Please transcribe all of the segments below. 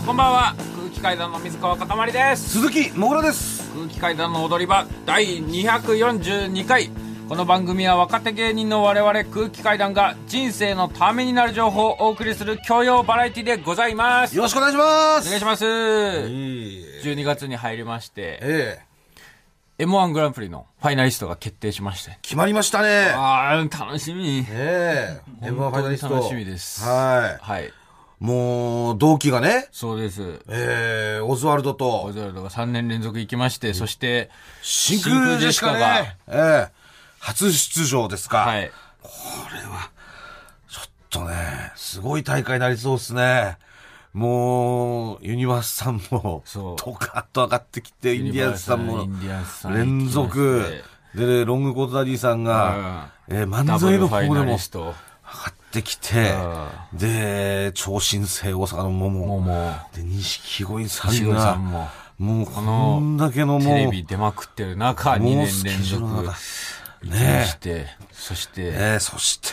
こんばんは。空気階段の水川かたまりです。 鈴木もぐらです。 空気階段の踊り場第242回。この番組は若手芸人の我々空気階段が人生のためになる情報をお送りする教養バラエティでございます。 よろしくお願いします。 お願いします。12月に入りまして、M1 グランプリのファイナリストが決定しまして。 決まりましたね。 楽しみ。 M1 ファイナリスト。 楽しみです。 はい。もう、同期がね。 そうです。 オズワルドと。 オズワルドが3年連続行きまして、そして、 真空ジェシカが、初出場ですか。 はい。 これは、ちょっとね、すごい大会になりそうですね。もう、ユニバースさんも、ドカッと上がってきて、インディアンスさんも、連続。で、ロングコートダディさんが、漫才の方でも、上がってきて、で、超新星大阪の桃。で、錦鯉さんが、もう、こんだけのもう、 テレビ出まくってる中、2年連続。ねえ。そして、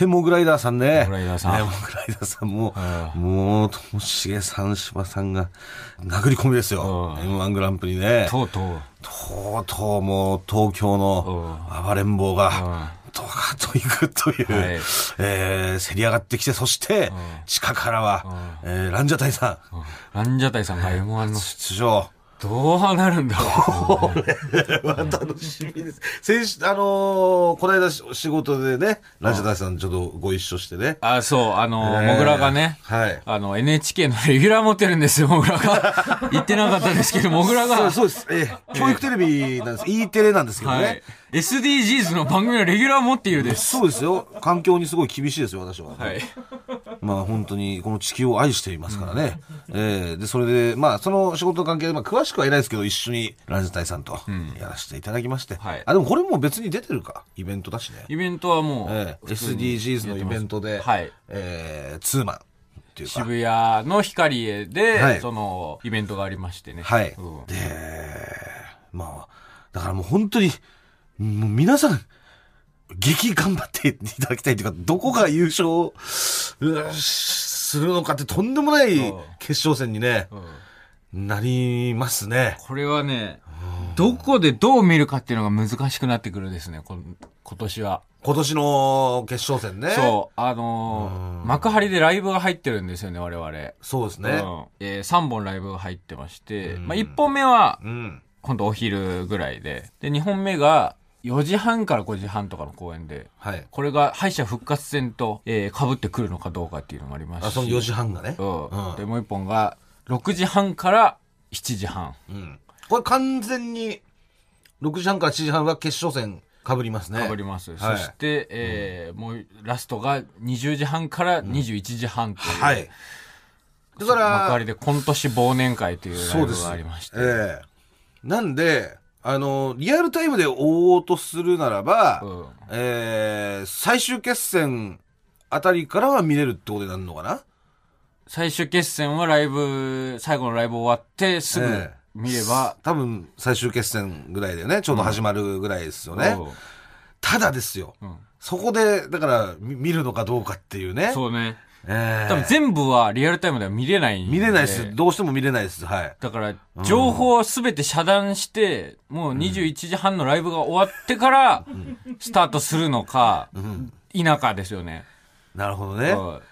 モグライダーさんね。 モグライダーさんも、もう、ともしげさん、柴さんが、殴り込みですよ。M1 グランプリね。 とうとうもう、東京の暴れん坊が、ドカッといくという、競り上がってきて、そして、地下からは、ランジャタイさん。ランジャタイさんが M1 の出場。 どうなるんだろう。これは楽しみです。先週、この間仕事でね、ラジャタイさんちょっとご一緒してね。 そう、もぐらがね、NHK のレギュラー持ってるんですよ、もぐらが。言ってなかったですけど、もぐらが。 そうです。教育テレビなんです。E テレなんですけどね。 SDGs の番組のレギュラー持っているです。 そうですよ。環境にすごい厳しいですよ、私は。 はい。 まあ本当にこの地球を愛していますからね。で、それで、まあその仕事の関係で、詳しくはいないですけど、一緒にランジャタイさんとやらせていただきまして。でもこれも別に出てるか。イベントだしね。 イベントはもう、SDGs のイベントで、ツーマン。っていうか渋谷の光栄で、そのイベントがありましてね。 で、まあ、だからもう本当に、もう皆さん、激頑張っていただきたいというか、どこが優勝するのかってとんでもない決勝戦にね、なりますね。 これはね、どこでどう見るかっていうのが難しくなってくるですね、今年は。 今年の決勝戦ね。 そう。幕張でライブが入ってるんですよね、我々。 そうですね。 3本ライブが入ってまして、1本目は、今度お昼ぐらいで、2本目が4時半から5時半とかの公演で、これが敗者復活戦と、被ってくるのかどうかっていうのもありますし。 その4時半がね。 で、もう1本が6時半から7時半。 これ完全に6時半から7時半は決勝戦被りますね。 被ります。そして、もうラストが20時半から21時半という。だから、幕張で今年忘年会というライブがありまして。 なんで、リアルタイムで追おうとするならば、最終決戦あたりからは見れるってことになるのかな？ 最終決戦は最後のライブ終わってすぐ見れば、 多分最終決戦ぐらいでね、ちょうど始まるぐらいですよね。ただですよ、そこで、だから見るのかどうかっていうね。 そうね。多分全部はリアルタイムでは見れないんで。 見れないです。どうしても見れないです。はい。 だから、情報をすべて遮断して、もう21時半のライブが終わってから、スタートするのか、田舎ですよね。 なるほどね。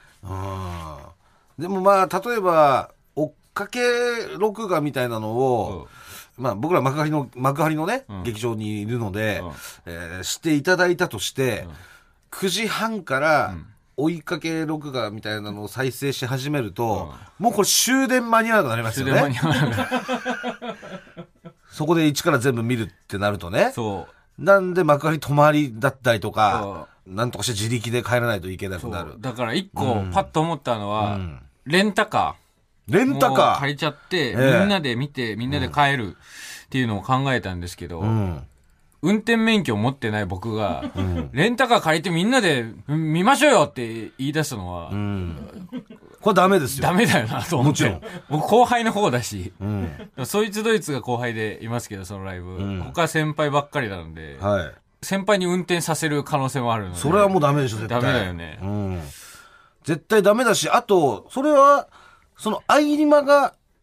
でもまあ、例えば、追っかけ録画みたいなのを、まあ僕ら幕張のね、劇場にいるので、していただいたとして、9時半から、追いかけ録画みたいなのを再生し始めると、もうこれ終電間に合わなくなりますよね。そこで一から全部見るってなるとね。なんで幕張泊まりだったりとか、なんとかして自力で帰らないといけなくなる。 だから一個パッと思ったのは、レンタカー借りちゃって、みんなで見て、みんなで帰るっていうのを考えたんですけど、運転免許を持ってない僕が、レンタカー借りてみんなで見ましょうよって言い出すのは、 これダメですよ。 ダメだよなと思って。 もちろん。 僕後輩の方だし、そいつドイツが後輩でいますけど、そのライブ。他先輩ばっかりなので、先輩に運転させる可能性もあるので。 それはもうダメでしょ、絶対。 ダメだよね。 絶対ダメだし、あと、それは、その合間が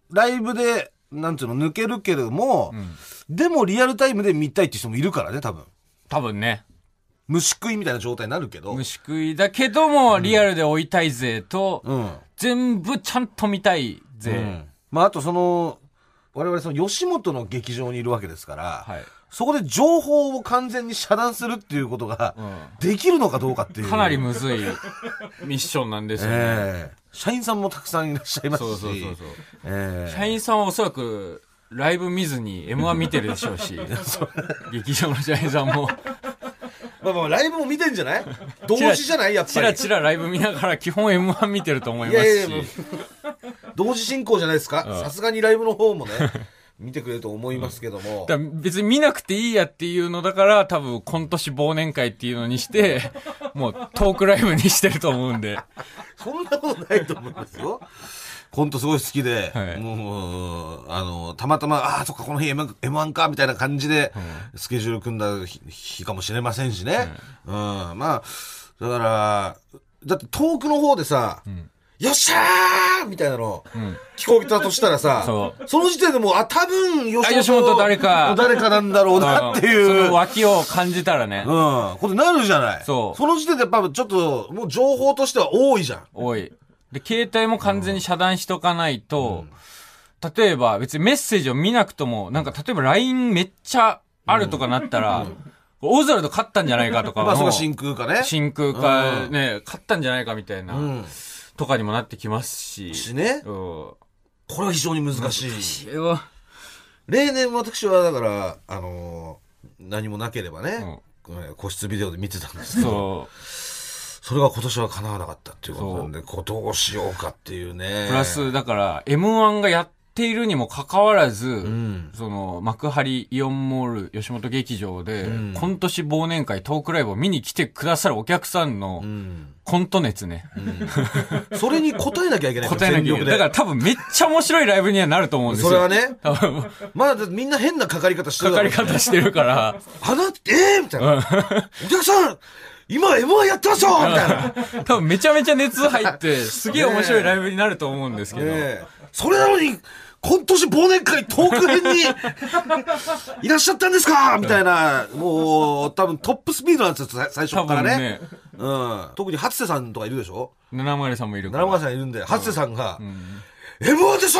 ライブでなんていうの抜けるけれども、でもリアルタイムで見たいって人もいるからね、多分ね。虫食いみたいな状態になるけど、 虫食いだけどもリアルで追いたいぜと、全部ちゃんと見たいぜ、 まああとその我々その吉本の劇場にいるわけですから、そこで情報を完全に遮断するっていうことができるのかどうかっていう、 かなりむずいミッションなんですよね。 社員さんもたくさんいらっしゃいますし、 社員さんはおそらくライブ見ずに M1 見てるでしょうし劇場の社員さんもまあライブも見てんじゃない？同時じゃない？やっぱりチラチラライブ見ながら基本 M1 見てると思いますし、 同時進行じゃないですか。さすがにライブの方もね見てくれると思いますけども、 だ別に見なくていいやっていうのだから多分今年忘年会っていうのにしてもうトークライブにしてると思うんでそんなことないと思いますよ。コントすごい好きで、もうたまたまそっかこの日 M1 かみたいな感じでスケジュール組んだ日かもしれませんしね、まあだからだってトークの方でさ、よっしゃーみたいなの聞こえたとしたらさ、その時点でもう多分吉本誰かなんだろうなっていうその脇を感じたらね、 ことになるじゃない。その時点でやっぱちょっともう情報としては多いじゃん。 多いで、携帯も完全に遮断しとかないと、例えば別にメッセージを見なくとも、なんか例えば LINE めっちゃあるとかなったら、オズワルド勝ったんじゃないかとかまあそれ真空かね。 真空かね、勝ったんじゃないかみたいな、とかにもなってきますし。 ね。これは非常に難しい。例年私はだから、何もなければね、個室ビデオで見てたんですけど、それが今年は叶わなかったっていうことなんで、どうしようかっていうね。 プラス、だから、M1 がやっているにもかかわらず、その、幕張イオンモール吉本劇場で、今年忘年会トークライブを見に来てくださるお客さんの、コント熱ね。 それに応えなきゃいけない。 答えなきゃいけない。だから多分めっちゃ面白いライブにはなると思うんですよ。 それはね。まだみんな変なかかり方してる。 かかり方してるから。 みたいな。お客さん今 M1 やってますよみたいな。 多分めちゃめちゃ熱入って、すげえ面白いライブになると思うんですけど。 それなのに、今年忘年会トーク編にいらっしゃったんですかみたいな、もう多分トップスピードなんですよ、最初からね。特に初瀬さんとかいるでしょ。 七丸さんもいるから。 七丸さんいるんで、初瀬さんが、M1 でしょ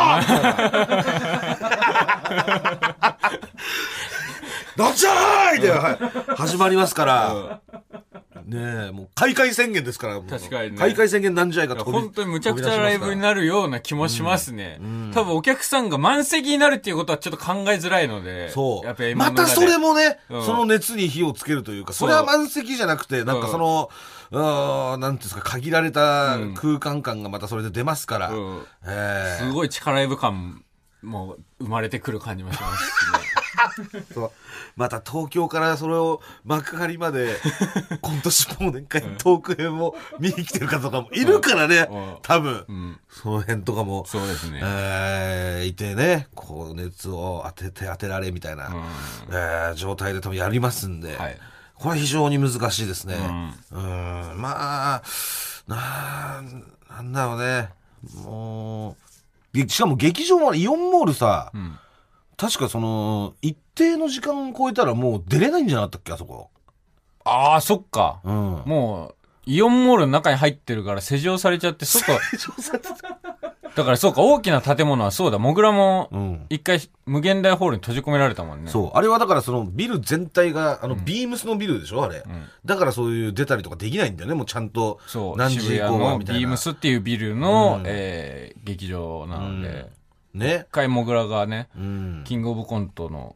なんじゃーいで始まりますから。ねえ、もう開会宣言ですから。 確かにね。 開会宣言なんじゃいかと。 本当にむちゃくちゃライブになるような気もしますね。多分お客さんが満席になるっていうことはちょっと考えづらいので。 そう。やっぱまたそれもね、その熱に火をつけるというか、それは満席じゃなくて、なんかその、なんていうんですか、限られた空間感がまたそれで出ますから。 すごい力ライブ感も生まれてくる感じもしますしね。 そうまた東京からそれを幕張まで今年忘年会トーク編を見に来てる方とかもいるからね、多分、その辺とかもそうですね、 いてね、こう熱を当てられみたいな、状態で多分やりますんで、これは非常に難しいですね。まあなんだろうね、もうしかも劇場はイオンモールさ、確かその一定の時間を超えたらもう出れないんじゃなかったっけ、あそこ。 ああ、そっか、もうイオンモールの中に入ってるから施錠されちゃって、外だからそうか、大きな建物はそうだ、モグラも一回無限大ホールに閉じ込められたもんね。 そう、あれはだからそのビル全体がビームスのビルでしょあれ、だからそういう出たりとかできないんだよね、もうちゃんと何時以降はみたいな。ビームスっていうビルの、劇場なので、ね、一回モグラがね、キングオブコントの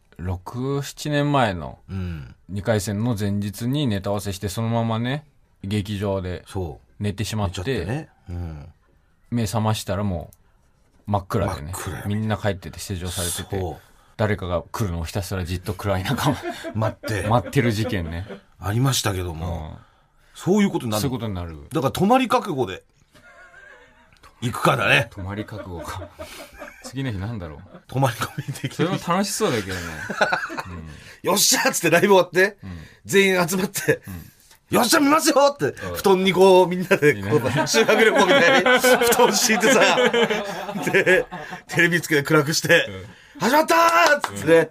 6、7年前の2回戦の前日にネタ合わせして、そのままね劇場で寝てしまって、目覚ましたらもう真っ暗でね、みんな帰ってて施錠されてて、誰かが来るのをひたすらじっと暗い中待ってる事件ね、 ありましたけども、そういうことになる。 そういうことになる。 だから泊まり覚悟で行くからね。 泊まり覚悟か。次の日なんだろう。 泊まり込みできる。 それも楽しそうだけどね。 よっしゃーっつってライブ終わって、全員集まって、 よっしゃ見ますよって、布団にこうみんなでこう修学旅行みたいに布団敷いてさ、でテレビつけて暗くして、始まったーっつってね、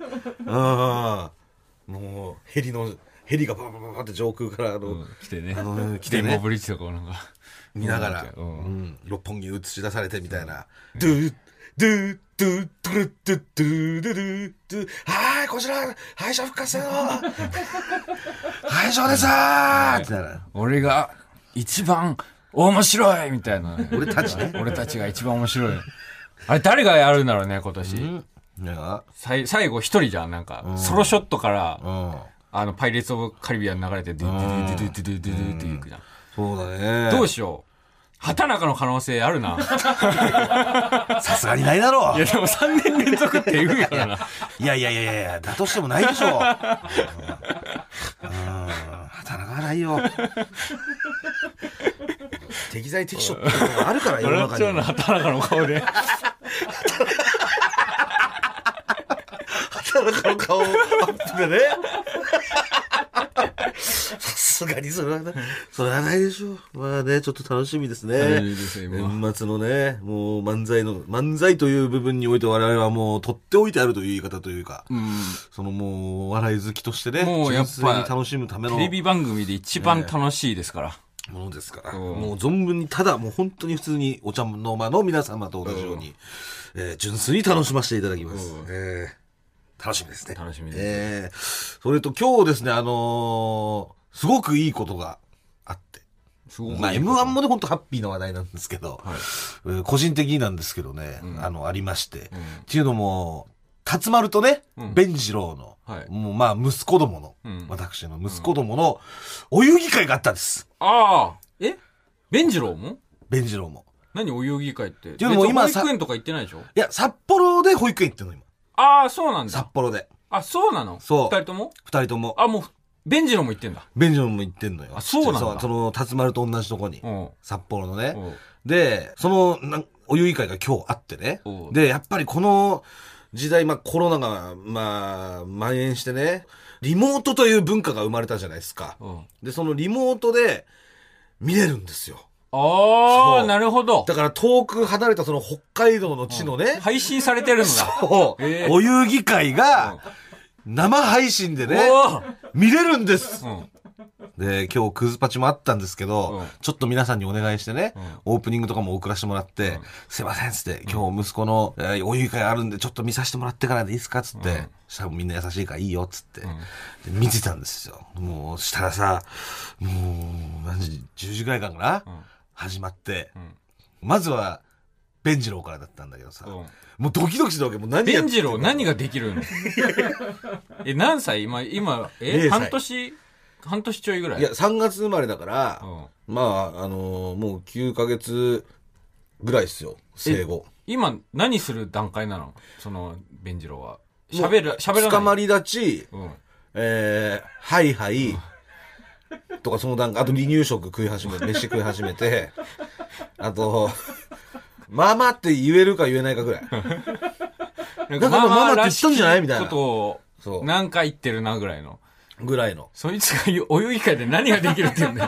もうヘリがババババって上空から来てね、 来てね、 レインボーブリッジとかなんか見ながら、六本木映し出されてみたいな、ドゥドゥドゥドゥドゥドゥドゥドゥドゥ、はいこちら敗者復活戦の敗者ですーってなる。 俺が一番面白いみたいな、 俺たちね、 俺たちが一番面白い。あれ誰がやるんだろうね今年。最後一人じゃん、なんかソロショットからパイレーツ・オブ・カリビアン流れてドゥドゥドゥドゥドゥドゥドゥドゥっていくじゃん。 そうだね。 どうしよう。畑中の可能性あるな。 さすがにないだろう。 いやでも3年連続って言うやからな。 いや、だとしてもないでしょう。畑中はないよ。適材適所ってのがあるから世の中に。 笑っちゃうな、畑中の顔で。 畑中の顔アップでね。さすがにそれはないでしょう。まあね、ちょっと楽しみですね。年末のね、もう漫才という部分において我々はもう取っておいてあるという言い方というか、そのもう笑い好きとしてね、 もうやっぱ楽しむためのテレビ番組で一番楽しいですから。 ものですから、もう存分にただもう本当に普通にお茶の間の皆様と同じように、純粋に楽しませていただきます。楽しみですね。 楽しみです。それと今日ですね、すごくいいことがあって。まあ M1 もね、ほんとハッピーな話題なんですけど、個人的になんですけどね、ありまして。っていうのも、辰丸とね、弁次郎の、もうまあ息子どもの、私の息子どものお遊戯会があったんです。 ああ、弁次郎も？ 弁次郎も。 何お遊戯会って。 っていうのも今保育園とか行ってないでしょ？ いや、札幌で保育園行ってんの今。 ああ、そうなんだ。 札幌で。 あ、そうなの？ そう。 二人とも？ 二人とも。 あ、もう、弁次郎も行ってんだ。 弁次郎も行ってんのよ。 あ、そうなんだ。 その、辰丸と同じとこに。札幌のね。で、その、お遊戯会が今日あってね。で、やっぱりこの時代、まあコロナが、まあ、蔓延してね、リモートという文化が生まれたじゃないですか。で、そのリモートで見れるんですよ。 ああ、なるほど。 だから遠く離れたその北海道の地のね。 配信されてるのだ。 そう。お遊戯会が、生配信でね、見れるんです。で、今日クズパチもあったんですけど、ちょっと皆さんにお願いしてね、オープニングとかも送らせてもらって、すいませんっつって、今日息子のお遊戯会あるんでちょっと見させてもらってからでいいですかっつって、したらみんな優しいからいいよっつって、見てたんですよ。もうしたらさ、もう何時、10時ぐらいかな、始まって、まずは弁次郎からだったんだけどさ、もうドキドキしたわけ。もう弁次郎何ができるの？何歳今、半年ちょいぐらい？ いや、3月生まれだから、まあ、もう9ヶ月ぐらいっすよ、生後。 今、何する段階なの？その、弁次郎は。喋らない。 捕まり立ち、はいはい、とかその段階、あと離乳食飯食い始めて、あと、ママって言えるか言えないかぐらい。 なんかママって言ったんじゃないみたいな。 ことを、何回言ってるなぐらいの。 そいつがお遊戯会で何ができるって言うんだよ。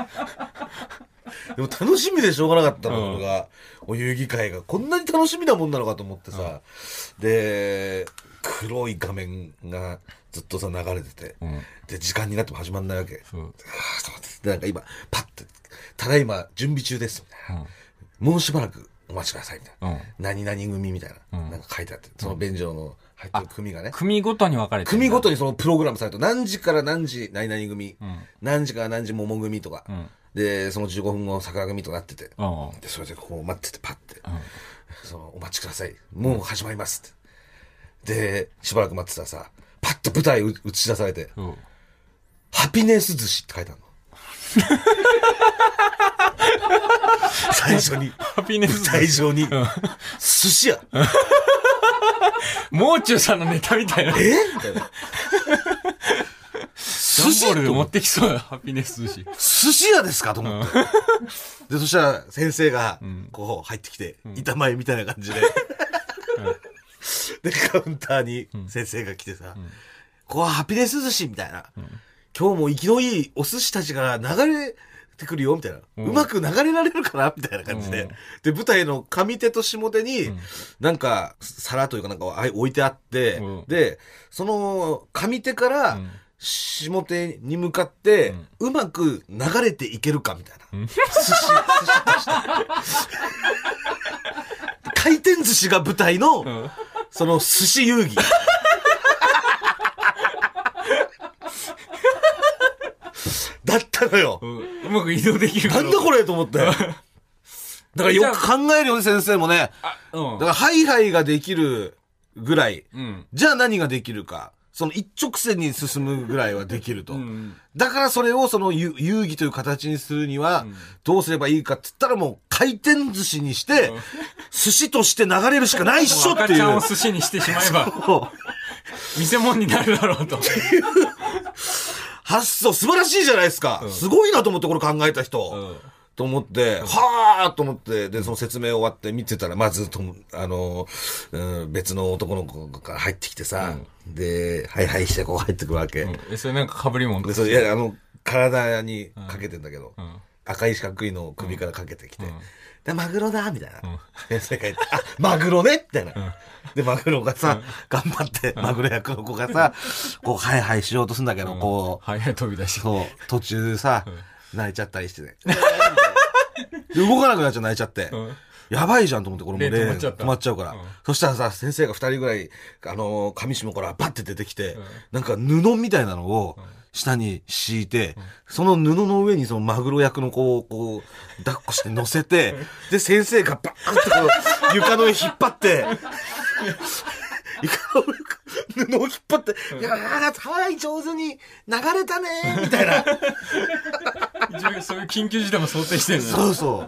でも楽しみでしょうがなかったのが、お遊戯会がこんなに楽しみなもんなのかと思ってさ、で、黒い画面がずっとさ流れてて、で、時間になっても始まんないわけ。で、なんか今、パッて、ただいま準備中ですみたいな。もうしばらくお待ちくださいみたいな。何々組みたいな。なんか書いてあって、その便所の入ってる組がね。 組ごとに分かれてる。 組ごとにそのプログラムされて、何時から何時何々組、何時から何時桃組とか、で、その15分後桜組とかなってて、で、それでこう待っててパッて、そのお待ちください。もう始まりますって。で、しばらく待ってたらさ、パッと舞台映し出されて、ハピネス寿司って書いてあるの。最初に、舞台上に、寿司屋。 もう中さんのネタみたいな。 みたいな。寿司で持ってきそうなハピネス寿司。 寿司屋ですかと思って。で、そしたら先生が、こう入ってきて、板前みたいな感じで。で、カウンターに先生が来てさ、ここはハピネス寿司みたいな。 今日も生きのいいお寿司たちが流れてくるよみたいな、うまく流れられるかなみたいな感じで、で舞台の上手と下手に、なんか皿というかなんか置いてあって、でその上手から下手に向かって、うまく流れていけるかみたいな、寿司として回転寿司が舞台の、その寿司遊戯だったのよ。 うまく移動できる。 なんだこれと思って。だからよく考えるよね、先生もね。だからハイハイができるぐらい。じゃあ何ができるか。その一直線に進むぐらいはできると。だからそれをその遊戯という形にするには、どうすればいいかって言ったらもう回転寿司にして、寿司として流れるしかないっしょっていう。 赤ちゃんを寿司にしてしまえば、見せ物になるだろうと。 発想素晴らしいじゃないですか。すごいなと思ってこれ考えた人。と思って、はぁーと思って、で、その説明終わって見てたら、まず別の男の子が入ってきてさ、で、はいはいしてこう入ってくるわけ。 それなんか被り物で、それ、いや、体にかけてんだけど、赤い四角いのを首からかけてきて、で、マグロだみたいな。先生が言って、あ、マグロねみたいな。で、マグロがさ、頑張って、マグロ役の子がさ、こう、はいはいしようとするんだけど、こう、 はいはい飛び出して。 そう、途中さ、泣いちゃったりしてね。で動かなくなっちゃう、泣いちゃって。やばいじゃんと思って、これもう止まっちゃうから。そしたらさ、先生が2人ぐらい、上下からバッて出てきて、なんか布みたいなのを下に敷いて、その布の上にそのマグロ役の子をこう、抱っこして乗せて、で、先生がバーンってこう、床の上引っ張って、布を引っ張って、いやー、はい、上手に流れたねー、みたいな。 そういう緊急事態も想定してるの。 そうそう。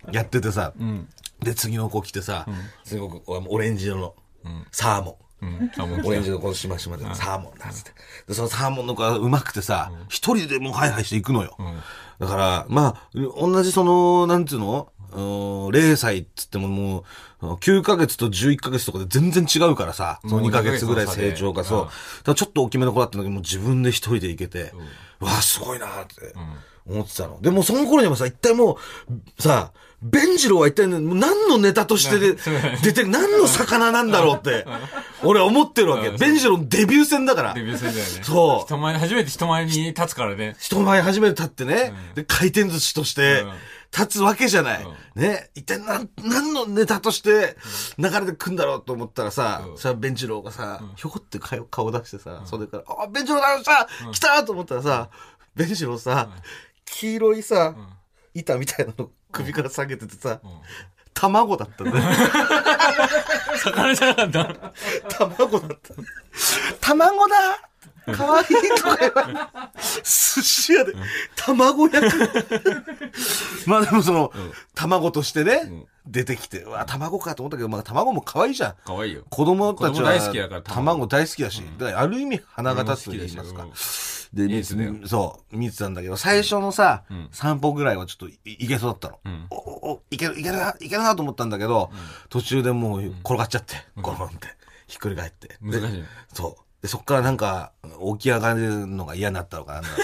やっててさ、で、次の子来てさ、すごくオレンジ色のサーモン。オレンジのこのしましまでサーモンなんつって。で、そのサーモンの子がうまくてさ、一人でもうハイハイしていくのよ。だから、まあ、同じその、なんつうの0歳っつってももう、9ヶ月と11ヶ月とかで全然違うからさ、その2ヶ月ぐらい成長がそう。だからちょっと大きめの子だったんだけど、もう自分で一人で行けて、わあ、すごいなーって思ってたの。でもその頃にもさ、一体もう、さ、弁次郎は一体何のネタとして出て、何の魚なんだろうって、俺は思ってるわけ。弁次郎のデビュー戦だから。 デビュー戦だよね。 そう。 初めて人前に立つからね。 人前初めて立ってね、で、回転寿司として、立つわけじゃない。ね。一体何のネタとして流れてくんだろうと思ったらさ、さ、弁次郎がさ、ひょこって顔出してさ、それから、あ、弁次郎だよさ、来たと思ったらさ、弁次郎さ、黄色いさ、板みたいなの首から下げててさ、卵だったんだよ。 魚じゃなかった。 卵だった。卵だかわいいとか言われ寿司屋で卵焼く。まあでもその、卵としてね、出てきて、うわ、卵かと思ったけど、まあ卵も可愛いじゃん。 可愛いよ。 子供たちは大好きだから卵大好きだし、だからある意味花形と言いますか。で、そう、見てたんだけど、最初のさ、3歩ぐらいはちょっといけそうだったの。いけるなと思ったんだけど、途中でもう転がっちゃって、ゴロンって、ひっくり返って。 難しい。 そう。で、そっからなんか、起き上がるのが嫌になったのかなんだ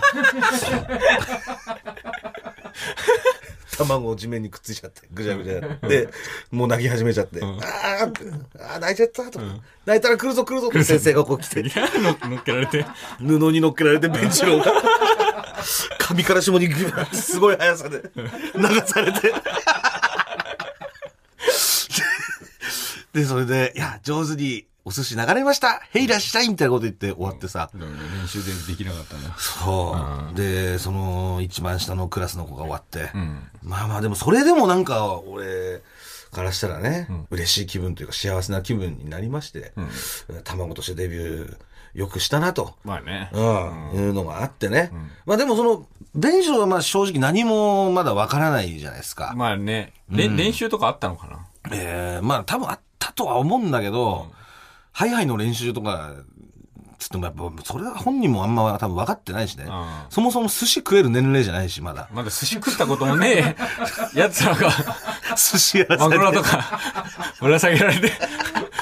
卵を地面にくっついちゃって、ぐちゃぐちゃやって、もう泣き始めちゃって、泣いちゃったと、泣いたら来るぞって先生がこう来て、 乗っけられて、 布に乗っけられて、弁次郎が、髪から下にグワッてすごい速さで流されて、で、それで、いや、上手に、お寿司流れましたへいらっしゃいみたいなこと言って終わってさ。 練習でできなかったね。 そう。で、その一番下のクラスの子が終わって。まあまあでもそれでもなんか俺からしたらね、嬉しい気分というか幸せな気分になりまして、卵としてデビューよくしたなと。 まあね。 いうのがあってね。まあでもその、弁次郎はまあ正直何もまだわからないじゃないですか。 まあね。練習とかあったのかなまあ多分あったとは思うんだけど、ハイハイの練習とか、つってもやっぱ、それは本人もあんま多分分かってないしね。そもそも寿司食える年齢じゃないし、まだ。 まだ寿司食ったこともねえ、奴らが、 寿司やらされて。マグロとか、ぶら下げられて、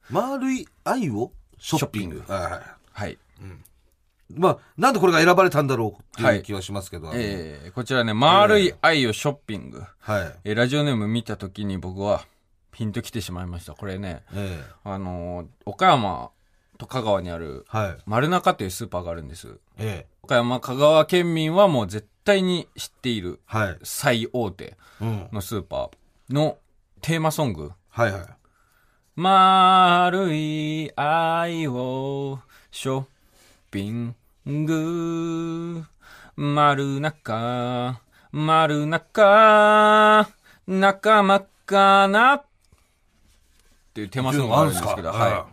丸い愛をショッピング。 はい。 まあ、なんでこれが選ばれたんだろうっていう気はしますけど。 こちらね、丸い愛をショッピング。 はい。 ラジオネーム見たときに僕はピンときてしまいました。これね、岡山と香川にある丸中というスーパーがあるんです。岡山、香川県民はもう絶対に知っている最大手のスーパーのテーマソング。 はいはい。 丸い愛をショッピング、丸中、丸中、仲間かなっていうテーマソングがあるんですけど、はい。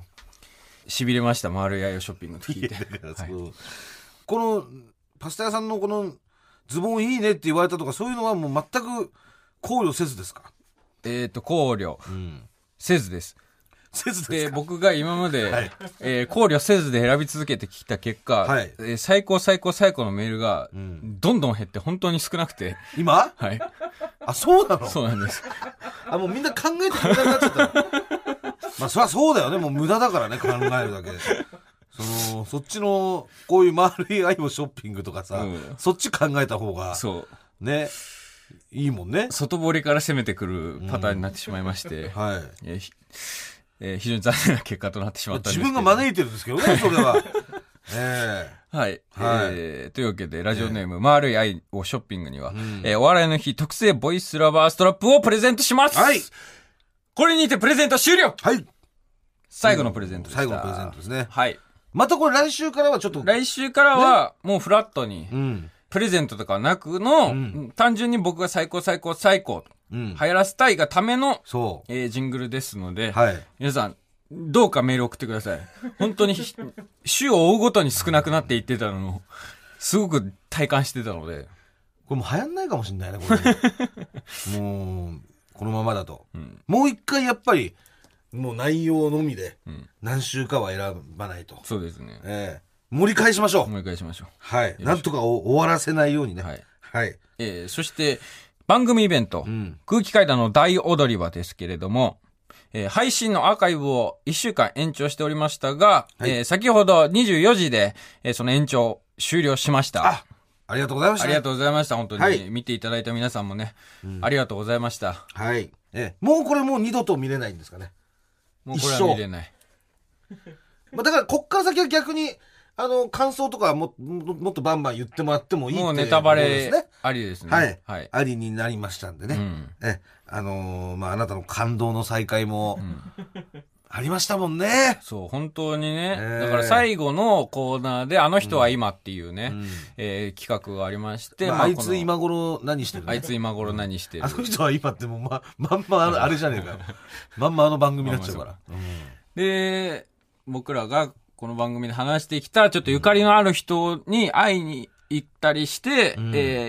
痺れました、丸い愛をショッピングと聞いて。 このパスタ屋さんのこのズボンいいねって言われたとか、そういうのはもう全く考慮せずですか？ 考慮せずです。で僕が今まで、考慮せずで選び続けてきた結果、最高のメールがどんどん減って本当に少なくて。 今？ はい。 あ、そうなの？ そうなんです。 もうみんな考えてくれなくなっちゃったの。まあそりゃそうだよね。もう無駄だからね、考えるだけで。そっちのこういう丸い愛をショッピングとかさ、そっち考えた方がね、いいもんね。 外堀から攻めてくるパターンになってしまいまして、非常に残念な結果となってしまったんですけど。 自分が招いてるんですけどね、それは。 はい。というわけで、ラジオネーム、丸い愛をショッピングには、お笑いの日特製ボイスラバーストラップをプレゼントします。 はい。 これにてプレゼント終了。 はい。 最後のプレゼントでした。 最後のプレゼントですね。 はい。 またこれ来週からはちょっと。 来週からは、もうフラットに、プレゼントとかなくの、単純に僕が最高、流行らせたいがための、ジングルですので、皆さん、どうかメール送ってください。本当に、週を追うごとに少なくなっていってたのを、すごく体感してたので。 これもう流行んないかもしれないね、これ。もう、このままだと。もう一回やっぱり、もう内容のみで、何週かは選ばないと。 そうですね。 盛り返しましょう。 盛り返しましょう。 はい。なんとか終わらせないようにね。はい。 そして、番組イベント、空気階段の大踊り場ですけれども、配信のアーカイブを1週間延長しておりましたが、先ほど24時で、その延長終了しました。 ありがとうございました。 ありがとうございました。本当に、見ていただいた皆さんもね、ありがとうございました。 はい。もうこれもう二度と見れないんですかね。 もうこれは見れない。 だから、こっから先は逆に、感想とかもっとバンバン言ってもらってもいいっていう、ね。 もうネタバレありですね。 はい。ありになりましたんでね。あなたの感動の再会も、ありましたもんね。 そう、本当にね。だから最後のコーナーで、あの人は今っていうね、企画がありまして。 あいつ今頃何してるの？ あいつ今頃何してる？ あの人は今ってもうまんまあれじゃねえかよ。まんま番組になっちゃうから。 で、僕らがこの番組で話してきた、ちょっとゆかりのある人に会いに行ったりして、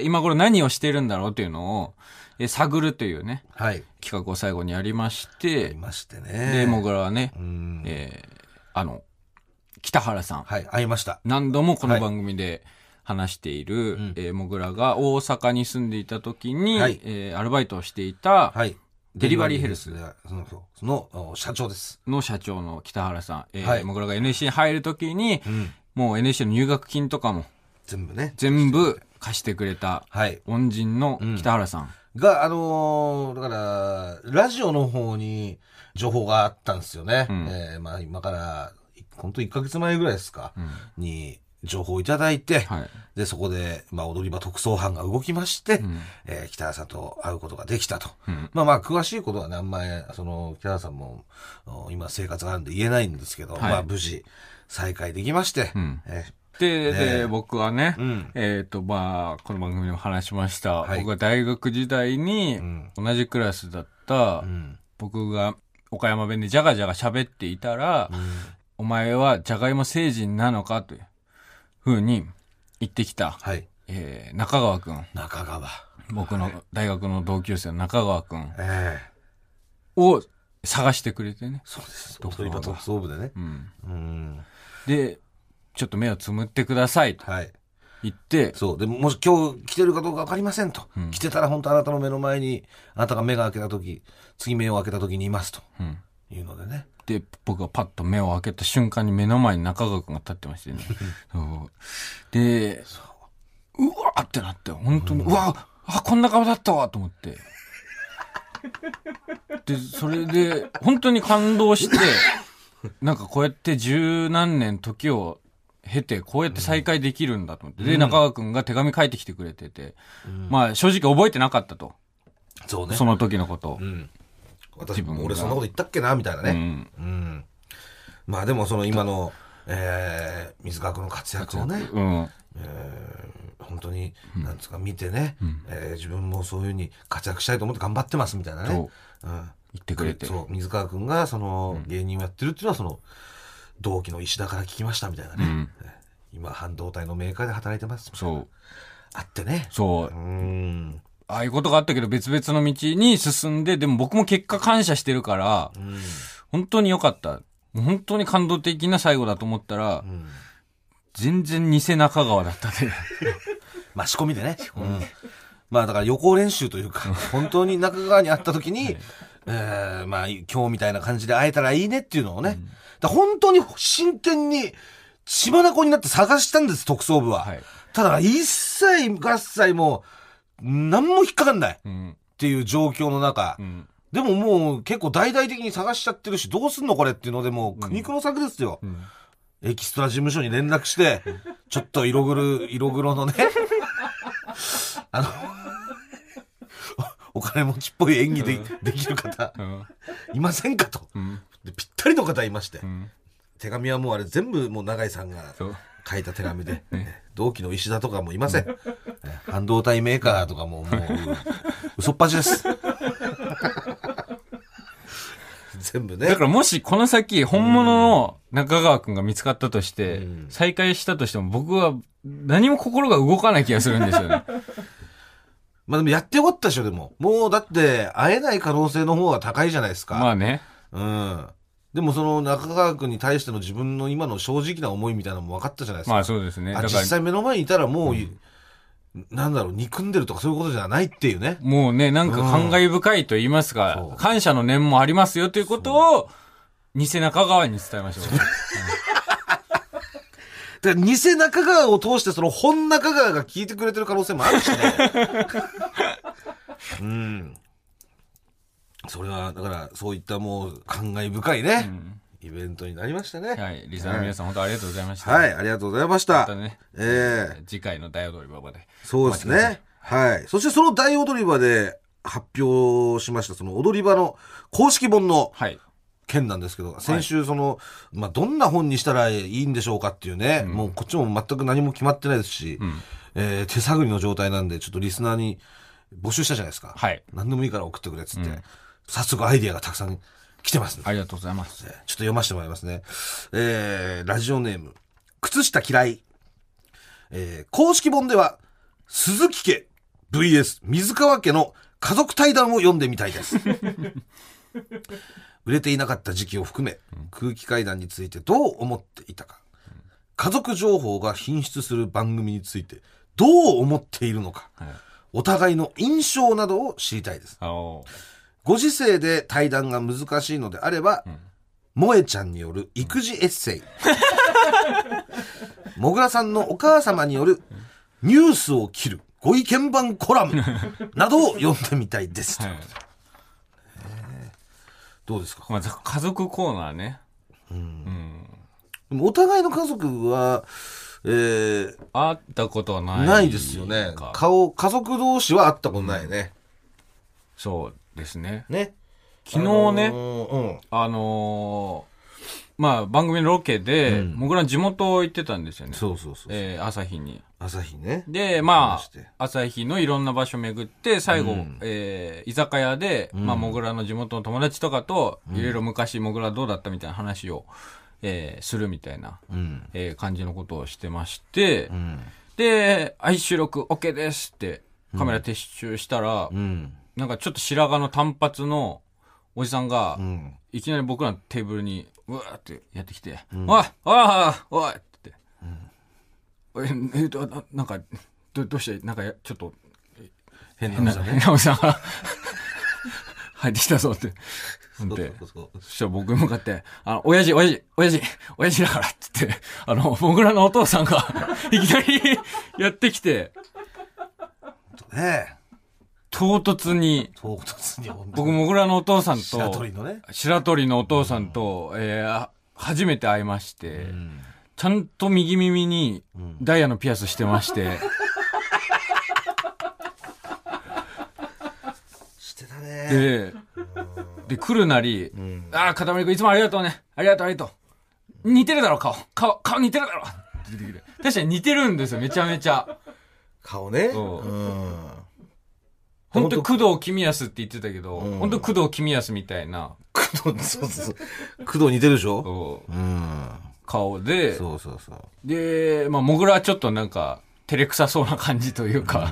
今頃何をしてるんだろうっていうのを、探るというね、企画を最後にやりまして、で、僕らはね、北原さん。 会いました。 何度もこの番組で話している、もぐらが大阪に住んでいた時に、アルバイトをしていた、デリバリーヘルスの社長です。 の社長の北原さん。もぐらが NSC に入る時に、もう NSC の入学金とかも、全部貸してくれた、恩人の北原さん。 が、だから、ラジオの方に情報があったんですよね。今から、本当1ヶ月前ぐらいですか、に情報をいただいて、で、そこで、踊り場特捜班が動きまして、北原さんと会うことができたと。詳しいことはね、あんまり、北原さんも、今生活があるんで言えないんですけど、無事、再会できまして、 で、僕はね、この番組でも話しました。僕が大学時代に同じクラスだった、僕が岡山弁でジャガジャガ喋っていたら、お前はジャガイモ星人なのかというふうに言ってきた、中川くん。僕の大学の同級生の中川くんを探してくれてね。 そうです。踊り場特捜部でね。 で、ちょっと目をつむってくださいと言って、 でもし今日来てるかどうか分かりませんと、来てたら本当あなたの目の前にあなたが目が開けた時、次目を開けた時にいますというのでね。 で、僕がパッと目を開けた瞬間に目の前に中川くんが立ってましてね。で、うわーってなって、本当に、うわあ、こんな顔だったわと思って。で、それで、本当に感動して、なんかこうやって十何年時を経て、こうやって再会できるんだと思って。で、中川くんが手紙書いてきてくれてて、まあ正直覚えてなかったと。 そうね。 その時のことを。 私も俺そんなこと言ったっけなみたいなね。まあでもその今の、水川君の活躍をね、本当に、なんですか、見てね、自分もそういうふうに活躍したいと思って頑張ってますみたいなね。 言ってくれて。 そう、水川君がその芸人をやってるっていうのはその、同期の石田から聞きましたみたいなね。今、半導体のメーカーで働いてますみたいな。そう。あってね。 そう。ああいうことがあったけど別々の道に進んで、でも僕も結果感謝してるから、本当に良かった。本当に感動的な最後だと思ったら、全然偽中川だったね。 まあ仕込みでね。まあだから予行練習というか、本当に中川に会った時に、まあ今日みたいな感じで会えたらいいねっていうのをね。本当に真剣に血眼になって探したんです、特捜部は。ただ一切合切も、何も引っかかんないっていう状況の中、でももう結構大々的に探しちゃってるし、どうすんのこれっていうのでもう苦肉の策ですよ。エキストラ事務所に連絡して、ちょっと色黒のね、お金持ちっぽい演技できる方、いませんかと。でぴったりの方いまして、手紙はもうあれ全部もう永井さんが書いた手紙で、同期の石田とかもいません。半導体メーカーとかももう嘘っぱちです。全部ね。 だからもしこの先本物の中川くんが見つかったとして、再会したとしても僕は何も心が動かない気がするんですよね。 まあでもやってよかったでしょ、でも。もうだって会えない可能性の方が高いじゃないですか。 まあね。 でもその中川君に対しての自分の今の正直な思いみたいなのも分かったじゃないですか。 まあそうですね。 実際目の前にいたらもう、なんだろう、憎んでるとかそういうことじゃないっていうね。 もうね、なんか感慨深いと言いますか、感謝の念もありますよということを、偽中川に伝えましょう。 で偽中川を通してその本中川が聞いてくれてる可能性もあるしね。それはだからそういったもう感慨深いね、イベントになりましたね。 はい、リスナーの皆さん、本当ありがとうございました。 はい、ありがとうございました。 またね、次回の大踊り場で。 そうですね。はい。そしてその大踊り場で発表しましたその踊り場の公式本の件なんですけど、先週その、まあどんな本にしたらいいんでしょうかっていうね、もうこっちも全く何も決まってないですし、手探りの状態なんでちょっとリスナーに募集したじゃないですか。はい。何でもいいから送ってくれっつって、早速アイディアがたくさん来てますね。 ありがとうございます。 ちょっと読ませてもらいますね。ラジオネーム、靴下嫌い。公式本では、鈴木家 VS 水川家の家族対談を読んでみたいです。売れていなかった時期を含め、空気階段についてどう思っていたか、家族情報が頻出する番組についてどう思っているのか、お互いの印象などを知りたいです。ご時世で対談が難しいのであれば、萌えちゃんによる育児エッセイ、もぐらさんのお母様によるニュースを切るご意見番コラムなどを読んでみたいです。どうですか。 まあ、家族コーナーね。 でもお互いの家族は、 会ったことはない。 ないですよね。家族同士は会ったことないね。 そうですね。 ね。 昨日ね、まあ番組のロケで、僕ら地元行ってたんですよね。 そうそうそう。 朝日に。 朝日ね。 で、まあ、朝日のいろんな場所巡って、最後、居酒屋で、まあ、もぐらの地元の友達とかと、いろいろ昔もぐらどうだったみたいな話を、するみたいな、感じのことをしてまして、で、収録 OK ですってカメラ撤収したら、なんかちょっと白髪の単発のおじさんが、いきなり僕らのテーブルに、うわーってやってきて、おいおいって、なんか、どうして、なんかちょっと、 変なおじさん変なおじさんが入ってきたぞって。そしたら僕に向かって、親父だからって言って、もぐらのお父さんがいきなりやってきて、唐突に僕もぐらのお父さんと白鳥のお父さんと、初めて会いまして、ちゃんと右耳にダイヤのピアスしてまして、 してたね。 で来るなり、かたまりくんいつもありがとうね、ありがとう似てるだろ顔似てるだろって出てきて、確かに似てるんですよ、めちゃめちゃ顔ね。 本当に工藤公康って言ってたけど、本当に工藤公康みたいな。 そう。工藤似てるでしょ？ 顔で。 そう。 で、もぐらはちょっとなんか、照れくさそうな感じというか。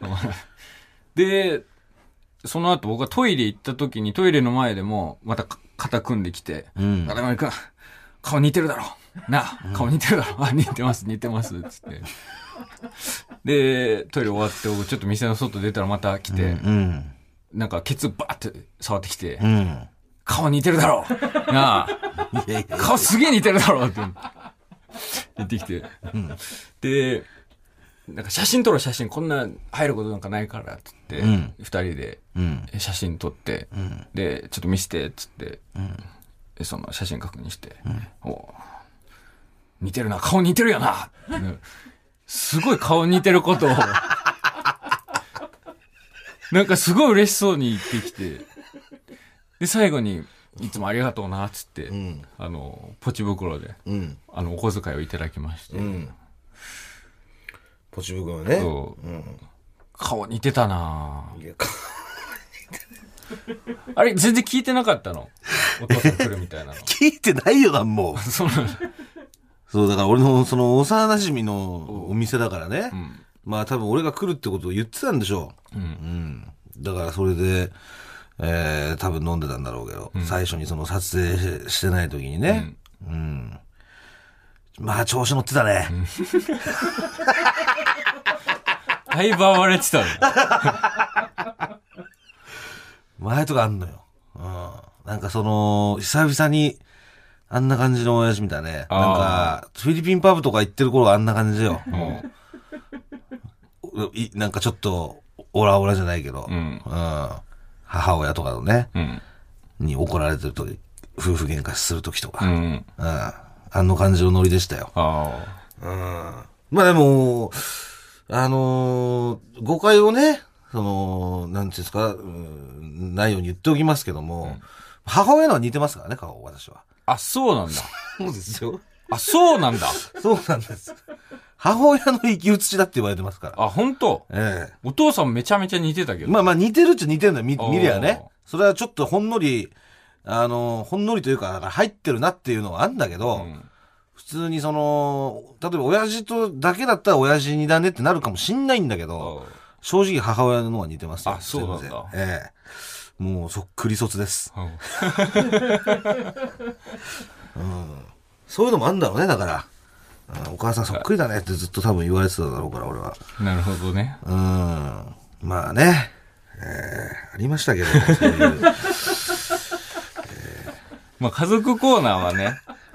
で、その後僕がトイレ行った時に、トイレの前でも、また肩組んできて、かたまりくん、顔似てるだろ。なあ、顔似てるだろ。似てます、つって。で、トイレ終わって、僕ちょっと店の外出たらまた来て、なんかケツバーって触ってきて、顔似てるだろなあ、顔すげえ似てるだろって言ってきて、で、なんか写真撮ろう、こんな入ることなんかないからって言って、二人で写真撮って、で、ちょっと見せてっつって、その写真確認して、似てるな、顔似てるよな、すごい顔似てることをなんかすごい嬉しそうに言ってきて、で最後にいつもありがとうなっつって、ポチ袋で、お小遣いをいただきまして、 ポチ袋ね。 顔似てたなぁ。あれ全然聞いてなかったの？お父さん来るみたいなの。 聞いてないよな、もう。そう、だから俺のその幼馴染のお店だからね。まあ多分俺が来るってことを言ってたんでしょう。だからそれで、多分飲んでたんだろうけど、最初にその撮影してない時にね。まあ調子乗ってたね。 だいぶ暴れてたね。 前とかあんのよ。なんかその、久々に、あんな感じの親父みたいね。なんか、フィリピンパブとか行ってる頃はあんな感じよ。なんかちょっと、オラオラじゃないけど、母親とかのね、に怒られてる時、夫婦喧嘩する時とか、あの感じのノリでしたよ。まあでも、誤解をね、その、なんていうんですか、ないように言っておきますけども、母親のは似てますからね、顔、私は。 あ、そうなんだ。 そうですよ。 あ、そうなんだ。 そうなんです。母親の生き写しだって言われてますから。 あ、本当？お父さんめちゃめちゃ似てたけど。 まあ似てるっちゃ似てるんだよ、見りゃね。それはちょっとほんのりというか、だから入ってるなっていうのはあるんだけど、普通にその、例えば親父とだけだったら親父にだねってなるかもしんないんだけど、正直母親のは似てますよ。 あ、そうなんだ。 もうそっくり卒です。そういうのもあるんだろうね、だから。お母さんそっくりだねってずっと多分言われてただろうから、俺は。 なるほどね。 まあね、ありましたけど、そういう。 まあ家族コーナーはね、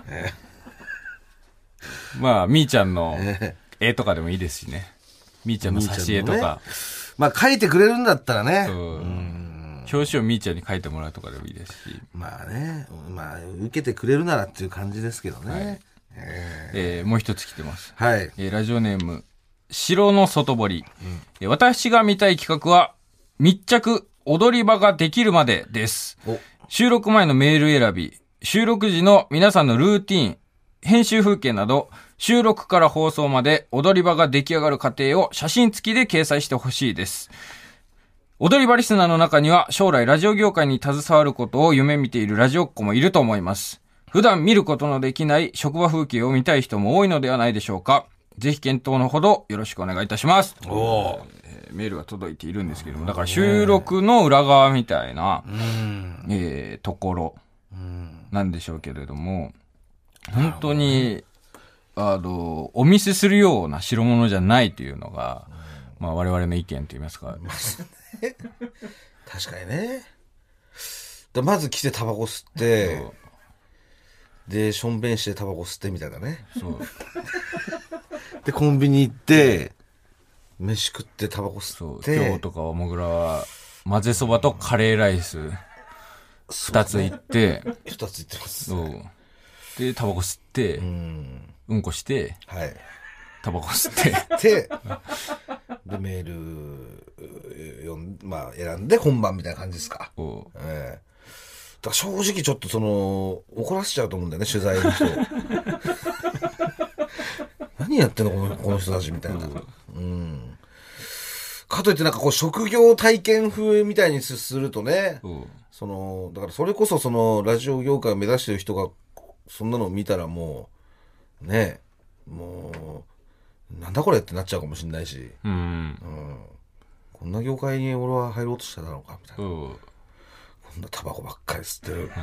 まあみーちゃんの絵とかでもいいですしね。みーちゃんの挿絵とか。 まあ書いてくれるんだったらね。 表紙をみーちゃんに書いてもらうとかでもいいですし。 まあね、まあ受けてくれるならっていう感じですけどね。 もう一つ来てます。 はい。 ラジオネーム、城の外堀。私が見たい企画は、密着踊り場ができるまでです。収録前のメール選び、収録時の皆さんのルーティーン、編集風景など、収録から放送まで踊り場が出来上がる過程を写真付きで掲載してほしいです。踊り場リスナーの中には将来ラジオ業界に携わることを夢見ているラジオっ子もいると思います。普段見ることのできない職場風景を見たい人も多いのではないでしょうか。ぜひ検討のほどよろしくお願いいたします。メールが届いているんですけども、だから収録の裏側みたいな、ところなんでしょうけれども、本当にお見せするような代物じゃないというのが、まあ我々の意見と言いますか。 確かにね。 まず来てタバコ吸って、で、しょんべんしてタバコ吸ってみたいなね。そう。で、コンビニ行って、飯食ってタバコ吸って。 今日とかはもぐらは、混ぜそばとカレーライス、二つ行って、 二つ行ってます。 そう。で、タバコ吸って、うんこして、 はい。 タバコ吸って。 で、メール、まあ、選んで本番みたいな感じですか。だから正直ちょっと怒らせちゃうと思うんだよね、取材の人。何やってんのこの人たちみたいな。かといってなんかこう職業体験風みたいにするとね、だからそれこそラジオ業界を目指してる人がそんなのを見たらもう、ね、もう、なんだこれってなっちゃうかもしれないし、こんな業界に俺は入ろうとしただろうかみたいな。こんなタバコばっかり吸ってる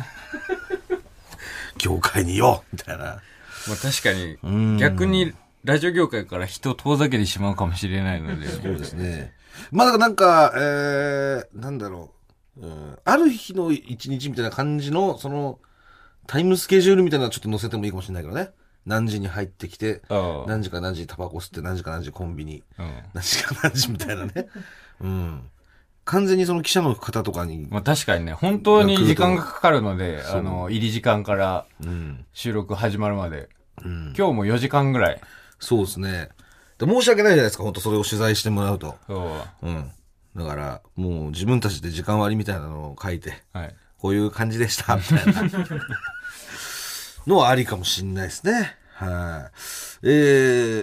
業界によみたいな。まあ確かに逆にラジオ業界から人を遠ざけてしまうかもしれないので。 そうですね。まあなんかなんだろう、ある日の一日みたいな感じのタイムスケジュールみたいなのはちょっと載せてもいいかもしれないけどね。何時に入ってきて、何時か何時タバコ吸って、何時か何時コンビニ、何時か何時みたいなね。完全に記者の方とかに。 まあ確かにね、本当に時間がかかるので、入り時間から収録始まるまで。今日も4時間ぐらい。 そうですね。で申し訳ないじゃないですか、本当それを取材してもらうと。だから、もう自分たちで時間割みたいなのを書いて、こういう感じでした、みたいなのはありかもしんないですね。はい。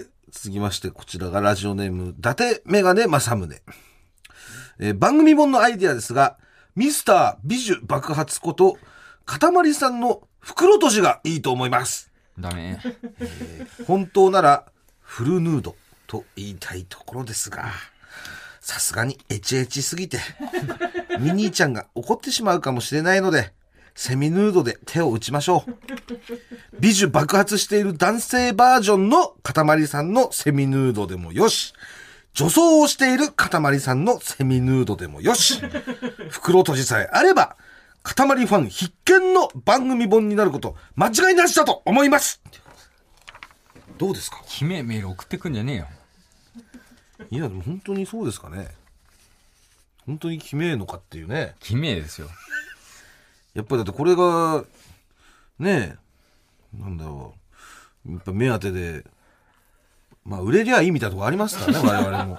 続きまして、こちらがラジオネーム、伊達メガネ正宗。番組本のアイディアですが、ミスター美女爆発こと、かたまりさんの袋閉じがいいと思います。 ダメ。 本当なら、フルヌードと言いたいところですが、さすがにエチエチすぎて、ミニーちゃんが怒ってしまうかもしれないので、セミヌードで手を打ちましょう。美女爆発している男性バージョンのかたまりさんのセミヌードでもよし、女装をしているかたまりさんのセミヌードでもよし、袋閉じさえあれば、かたまりファン必見の番組本になること間違いなしだと思います。どうですか？ 悲鳴メール送ってくんじゃねえよ。 いやでも本当にそうですかね。本当に悲鳴のかっていうね。 悲鳴ですよ。 やっぱりだってこれがねえ、なんだろう、やっぱ目当てでまあ売れりゃいいみたいなとこありますからね、我々も。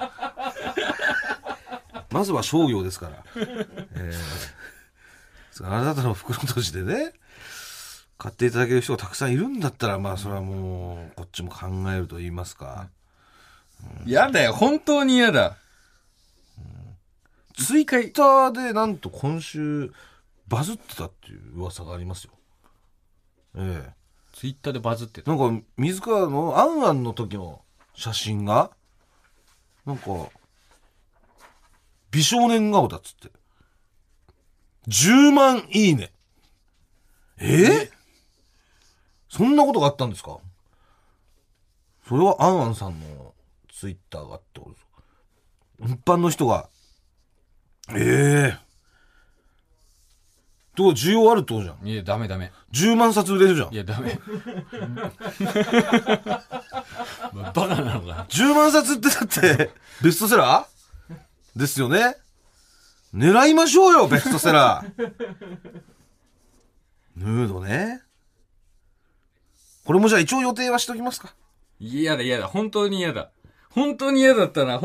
まずは商業ですから。あなたの袋閉じでね、買っていただける人がたくさんいるんだったら、まあそれはもうこっちも考えると言いますか。 やだよ、本当にやだ。 ツイッターでなんと今週バズってたっていう噂がありますよ。 ツイッターでバズってた。 なんか水川のアンアンの時の写真がなんか美少年顔だっつって10万いいね。そんなことがあったんですか？それはアンアンさんのツイッターがってことですか？一般の人がどう需要あるってことじゃん。 いやダメ。 10万冊売れるじゃん。 いやダメ。バカなのか。 10万冊ってだってベストセラーですよね。狙いましょうよベストセラー。ヌードね。これもじゃあ一応予定はしときますか。 嫌だ本当に嫌だ。本当に嫌だったな。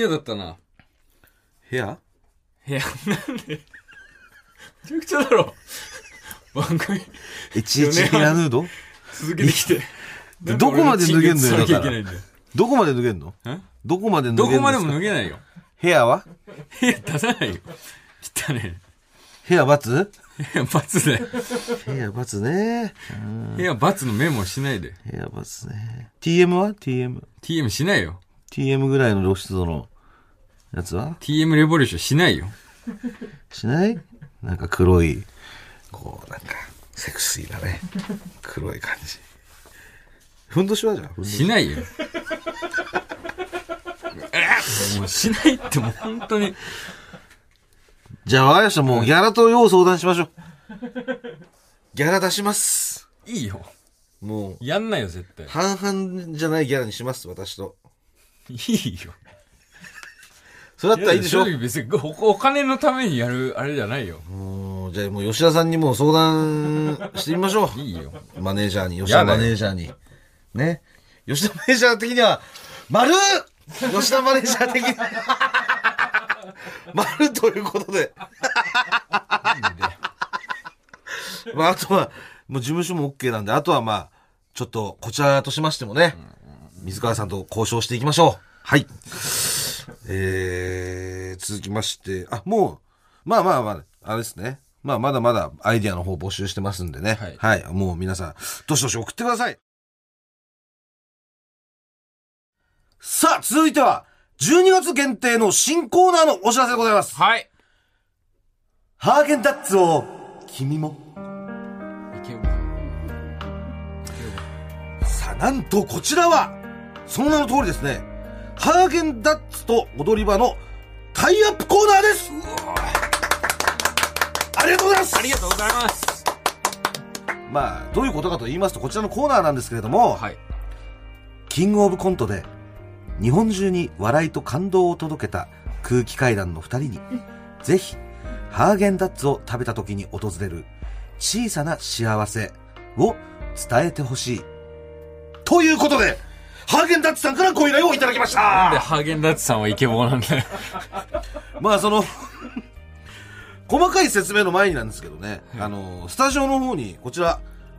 部屋なんでめちゃくちゃだろ番組いちいち部屋ヌード続けてきてどこまで脱げんのよ。だからどこまで脱げんの？どこまで脱げんの？ どこまでも脱げないよ。 部屋は部屋出さないよ。汚ねえ。 部屋×？ 部屋×だよ。 部屋×ね。 部屋×のメモしないで。 部屋×ね。TM は TM しないよ。 TM ぐらいの露出度のやつは TM レボリューションしないよ。 しない？なんか黒いこうなんかセクシーなね黒い感じ。ふんどしはじゃん。 しないよ。もうしないってもう本当に。 じゃあ、わかりました。もうギャラと要相談しましょう。ギャラ出します。 いいよ。 もう。 やんないよ、絶対。 半々じゃないギャラにします、私と。 いいよ。 それだったらいいでしょ。 別にお金のためにやる、あれじゃないよ。 じゃあもう吉田さんにも相談してみましょう。 いいよ。 マネージャーに、吉田マネージャーに。ね。吉田マネージャー的には、丸吉田マネージャー的には、丸ということで。まあ、あとは、もう事務所も OK なんで、あとはまあ、ちょっとこちらとしましてもね、水川さんと交渉していきましょう。はい。続きまして、もう、まあ、あれですね。まだまだアイディアの方募集してますんでね。はい。もう皆さん、どしどし送ってください。さあ、続いては、12月限定の新コーナーのお知らせでございます。 はい。 ハーゲンダッツを、君も。さあ、なんとこちらは、その名の通りですね、ハーゲンダッツと踊り場のタイアップコーナーです。ありがとうございます。 ありがとうございます。 まあ、どういうことかと言いますと、こちらのコーナーなんですけれども、はい、キングオブコントで日本中に笑いと感動を届けた空気階段の2人にぜひハーゲンダッツを食べた時に訪れる小さな幸せを伝えてほしいということで、ハーゲンダッツさんからご依頼をいただきました。 なんでハーゲンダッツさんはイケボーなんだよ。 まあ細かい説明の前になんですけどね、スタジオの方にこちら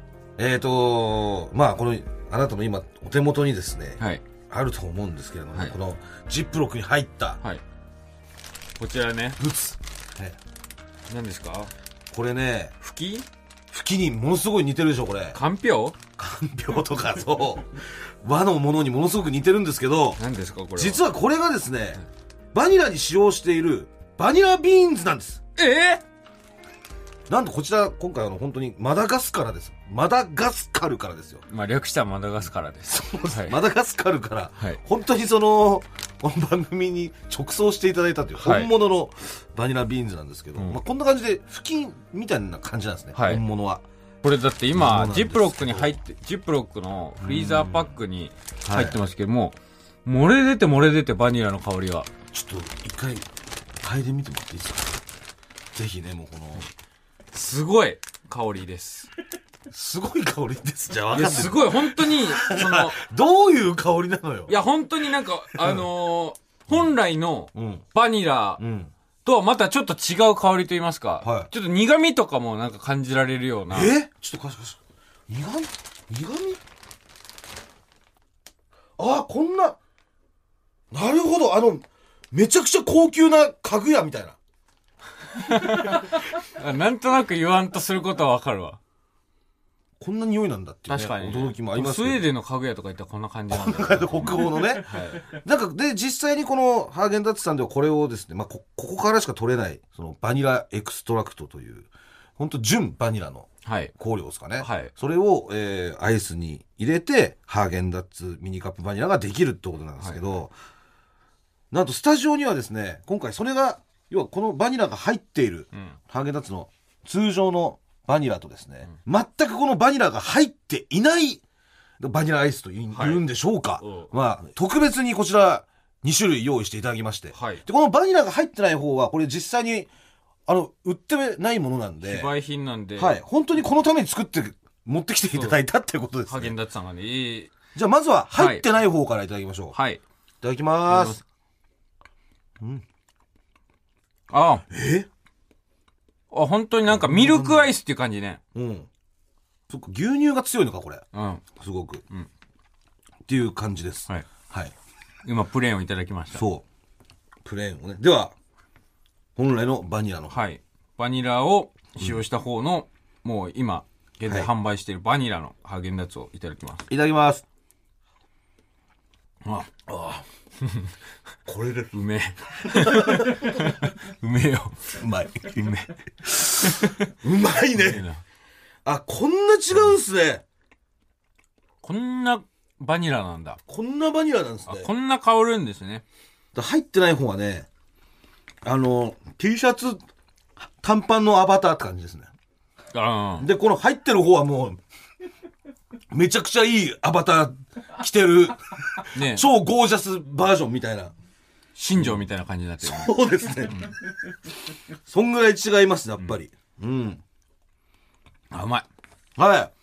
まあこのあなたの今お手元にですね、はい、あると思うんですけれども、はい、このジップロックに入った、はい、 こちらね、 グッズ、 何ですかこれね、 吹きにものすごい似てるでしょこれ。 かんぴょうとかそう和のものにものすごく似てるんですけど、 何ですかこれは。 実はこれがですね、バニラに使用しているバニラビーンズなんです。なんとこちら今回本当にマダガスカルからですよ。 まあ略したマダガスカルです。 そうです、はい、マダガスカルから、はい、本当にこの番組に直送していただいたという本物のバニラビーンズなんですけど、まあ、こんな感じで布巾みたいな感じなんですね、本物は。 これだって今ジップロックに入ってジップロックのフリーザーパックに入ってますけども、漏れ出てバニラの香りが。 ちょっと一回嗅いでみてもらっていいですか。ぜひね、もうこのすごい香りです。 すごい香りです。じゃあいやすごい本当にどういう香りなのよ。 いや本当になんか本来のバニラとはまたちょっと違う香りと言いますか、はい、ちょっと苦味とかもなんか感じられるような。 ちょっと貸し苦味こんなるほど、めちゃくちゃ高級な家具屋みたいな。 なんとなく言わんとすることはわかるわ。 こんな匂いなんだっていう、ね、 確かに、ね、 驚きもありますけど。 スウェーデンの家具屋とか行ったらこんな感じなんだ、ね、 北欧のね、はい、なんかで実際にこのハーゲンダッツさんではこれをですね、まあ、ここからしか取れないそのバニラエクストラクトという本当純バニラの香料ですかね、はい、それを、アイスに入れてハーゲンダッツミニカップバニラができるってことなんですけど、はい、なんとスタジオにはですね、今回それが要はこのバニラが入っている、ハーゲンダッツの通常のバニラとですね、全くこのバニラが入っていないバニラアイスというんでしょうか、まあ、特別にこちら2種類用意していただきまして、はい、でこのバニラが入ってない方はこれ実際に売ってないものなんで、 非売品なんで、 はい、本当にこのために作って持ってきていただいたっていうことですね。 ハーゲンダッツさんがね、 じゃあまずは入ってない方からいただきましょう。はい、いただきます。 本当になんかミルクアイスっていう感じね。 そっか、牛乳が強いのかこれ。すごく、っていう感じです。はい。 今プレーンをいただきました。 そう。プレーンをね。では本来のバニラの。 はい。バニラを使用した方の、もう今現在販売しているバニラのハーゲンダッツをいただきます。 いただきます。 これでうめえ。うめえよ。 うまい。うまいね。こんな違うんすね。 こんなバニラなんだ。 こんなバニラなんですね。 こんな香るんですね。 入ってない方はね、T シャツ短パンのアバターって感じですね。で、この入ってる方はもう、めちゃくちゃいいアバター着てる、ね、超ゴージャスバージョンみたいな。 新庄みたいな感じになってる、 ね。そうですね。そんぐらい違います、やっぱり。うん。 うまい。 はい。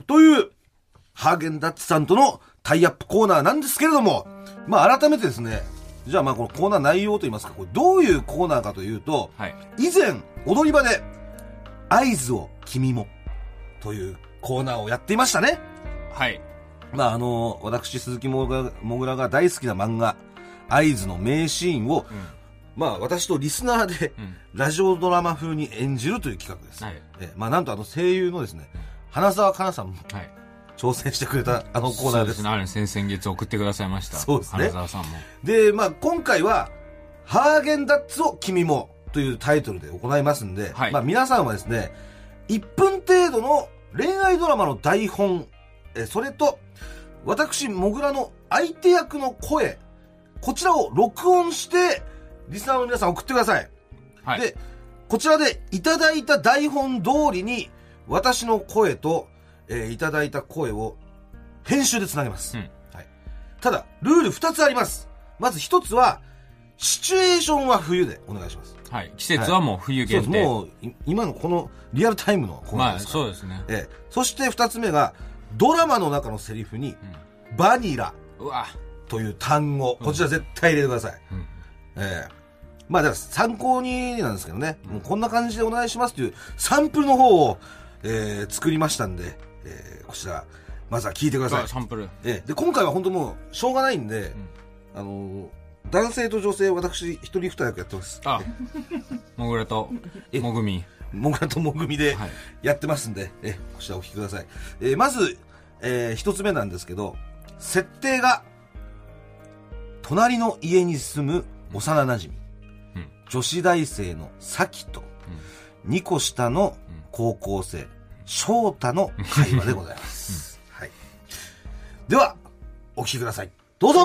という、ハーゲンダッツさんとのタイアップコーナーなんですけれども、まあ改めてですね、じゃあまあこのコーナー内容といいますか、これどういうコーナーかというと、はい、以前踊り場で合図を君もというコーナーをやっていましたね。 はい。 まあ私鈴木もぐらが大好きな漫画合図の名シーンを、まあ私とリスナーでラジオドラマ風に演じるという企画です。はい、まあなんと声優のですね、花澤香菜さんも、はい、挑戦してくれたコーナーです。そうですね。先々月送ってくださいました。 そうですね。 花澤さんも。 で、まあ今回は、ハーゲンダッツを君もというタイトルで行いますんで、はい、まあ皆さんはですね、1分程度の恋愛ドラマの台本、それと、私、もぐらの相手役の声、こちらを録音して、リスナーの皆さん送ってください。はい。で、こちらでいただいた台本通りに、私の声と、いただいた声を編集でつなげます。はい。ただ、ルール2つあります。まず1つは、シチュエーションは冬でお願いします。 はい。季節はもう冬限定。 そうです。もう、今のこのリアルタイムのコーナーですから。 まあ、そうですね。 そして2つ目が、ドラマの中のセリフに、バニラという単語、こちら絶対入れてください。まあ、だから参考になんですけどね、もうこんな感じでお願いしますというサンプルの方を、作りましたんで、こちら、まずは聞いてください。 サンプル。 で、今回は本当もう、しょうがないんで、男性と女性、私、一人二役やってます。 もぐらと、もぐみ。 もぐらともぐみでやってますんで、こちらお聞きください。まず、一つ目なんですけど、設定が、隣の家に住む幼馴染、女子大生のさきと、2個下の高校生、翔太の会話でございます。はい。では、お聞きください。どうぞ。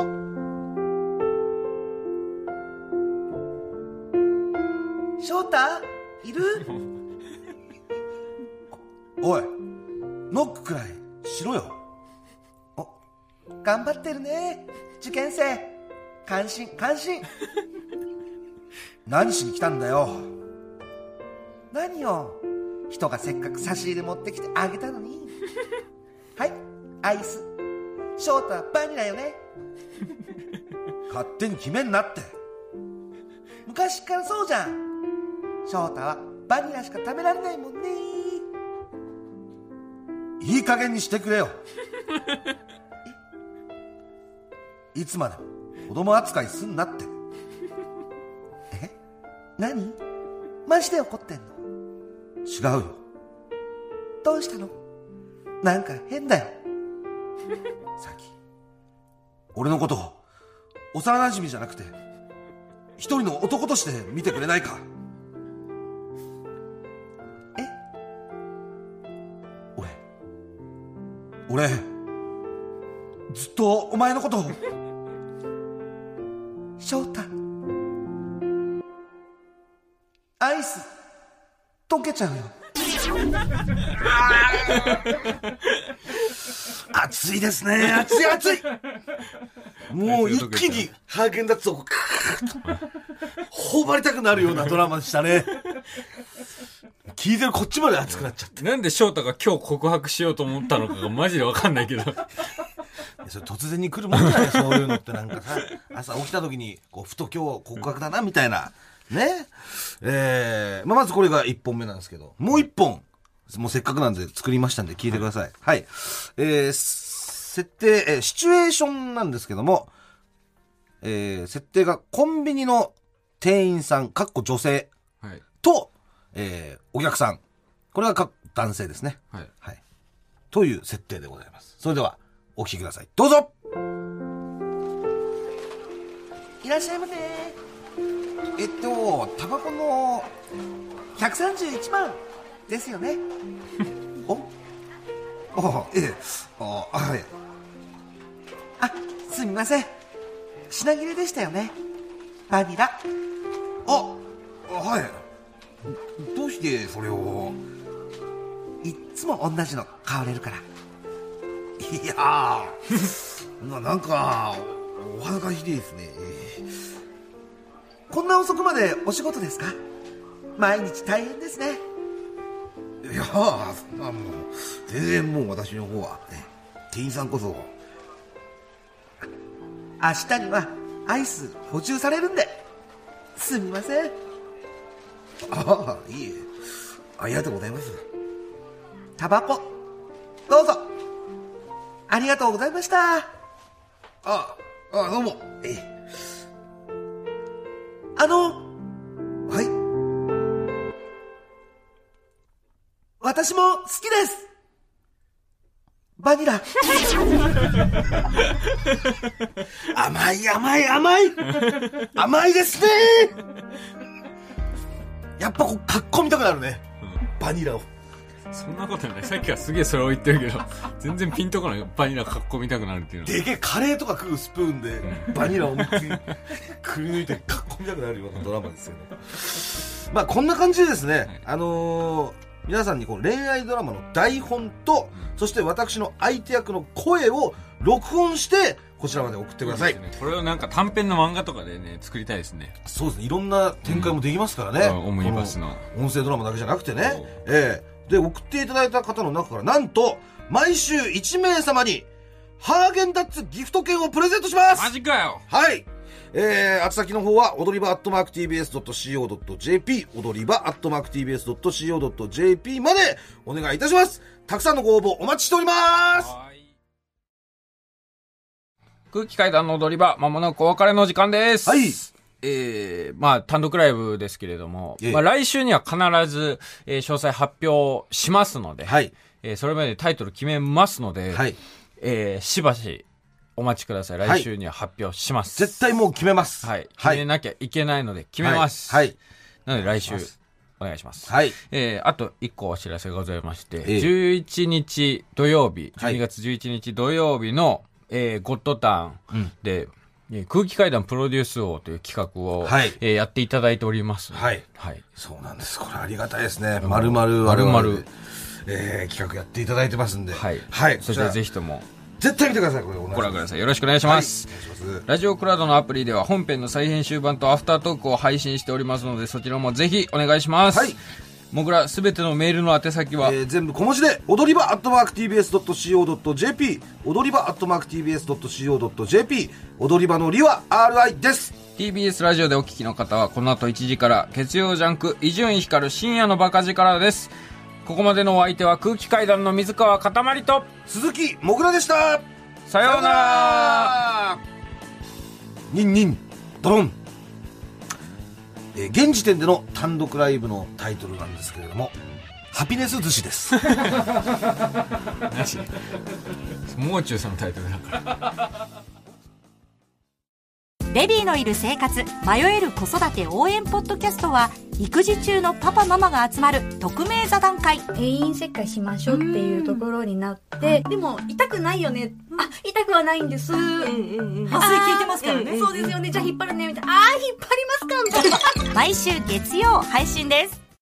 翔太いる？おい、ノックくらいしろよ。頑張ってるね、受験生。感心。何しに来たんだよ。何よ、人がせっかく差し入れ持ってきてあげたのに。はい、アイス。翔太はバニラよね。勝手に決めんなって。昔からそうじゃん。翔太はバニラしか食べられないもんね。いい加減にしてくれよ。いつまでも子供扱いすんなって。何？マジで怒ってんの？違うよ。どうしたの？なんか変だよ。さき、俺のこと幼馴染じゃなくて一人の男として見てくれないか？俺ずっとお前のことを。翔太、アイス溶けちゃうよ。熱いですね。熱い。もう一気にハーゲンダッツを頬張りたくなるようなドラマでしたね。聞いてるこっちまで熱くなっちゃって。 なんで翔太が今日告白しようと思ったのかがマジで分かんないけど。 それ突然に来るもんじゃない。そういうのってなんかさ、朝起きた時にこうふと今日告白だなみたいなね。まずこれが1本目なんですけど、もう1本もうせっかくなんで作りましたんで聞いてください。はい。設定、シチュエーションなんですけども、設定がコンビニの店員さん女性と、お客さん、これが男性ですね。はい。はい。という設定でございます。それではお聞きください。どうぞ。いらっしゃいませ。タバコの131万ですよね。はい。すみません。品切れでしたよね。バニラ。はい。 どうしてそれを？ いっつも同じの買われるから。 いやーなんかお恥ずかしいですね。 こんな遅くまでお仕事ですか？毎日大変ですね。 いやー全然もう私の方は、ね、店員さんこそ。 明日にはアイス補充されるんで、すみません。 いいえ、ありがとうございます。 タバコどうぞ。ありがとうございました。 どうも。 はい。私も好きです。バニラ。 甘いですね。やっぱこうかっこみたくなるね、バニラを。 そんなことない。さっきはすげえそれを言ってるけど全然ピンとこない。バニラかっこみたくなるっていうの。 でけえカレーとか食うスプーンでバニラを思いっきりくり抜いてかっこみたくなるようなドラマですよね。まあこんな感じでですね、皆さんにこの恋愛ドラマの台本と、そして私の相手役の声を録音してこちらまで送ってください。 いいですね、これをなんか短編の漫画とかでね作りたいですね。 そうですね、いろんな展開もできますからね、 オムニバスの音声ドラマだけじゃなくてね。で送っていただいた方の中からなんと毎週1名様にハーゲンダッツギフト券をプレゼントします。 マジかよ。 はい、宛先の方は踊り場@tbs.co.jp 踊り場@tbs.co.jp までお願いいたします。たくさんのご応募お待ちしております。 空気階段の踊り場、まもなくお別れの時間です。 はい。 まあ単独ライブですけれども、まあ来週には必ず、詳細発表しますので、 はい。 それまでタイトル決めますので、 はい。 しばしお待ちください。来週には発表します。 絶対もう決めます。 はい。決めなきゃいけないので決めます。 はい。 なので来週お願いします。 はい。 あと1個お知らせがございまして、11日土曜日、12月11日土曜日の、ゴッドターンで、空気階段プロデュース王という企画を、やっていただいております。 はい。はい。そうなんです。これありがたいですね。丸々我々企画やっていただいてますんで。はい。はい。 そしてぜひとも。 絶対見てください。これご覧ください。よろしくお願いします。はい、お願いします。ラジオクラウドのアプリでは本編の再編集版とアフタートークを配信しておりますので、そちらもぜひお願いします。はい。もぐら、すべてのメールの宛先は、 全部小文字で、踊り場@tbs.co.jp、踊り場@tbs.co.jp、踊り場のりは RI です。 TBS ラジオでお聞きの方は、この後1時から、月曜ジャンク、伊集院光深夜のバカ力です。ここまでのお相手は空気階段の水川かたまりと、 鈴木もぐらでした。 さようなら。 ニンニン、ドロン。現時点での単独ライブのタイトルなんですけれども、ハピネス寿司です。 なし。もう中さんのタイトルだから。 ベビーのいる生活、迷える子育て応援ポッドキャストは、育児中のパパママが集まる匿名座談会。 定員切開しましょうっていうところになって、でも痛くないよね。あ、痛くはないんです。麻酔効いてますからね。そうですよね。じゃあ引っ張るねみたいな。引っ張りますかみたいな。 毎週月曜配信です。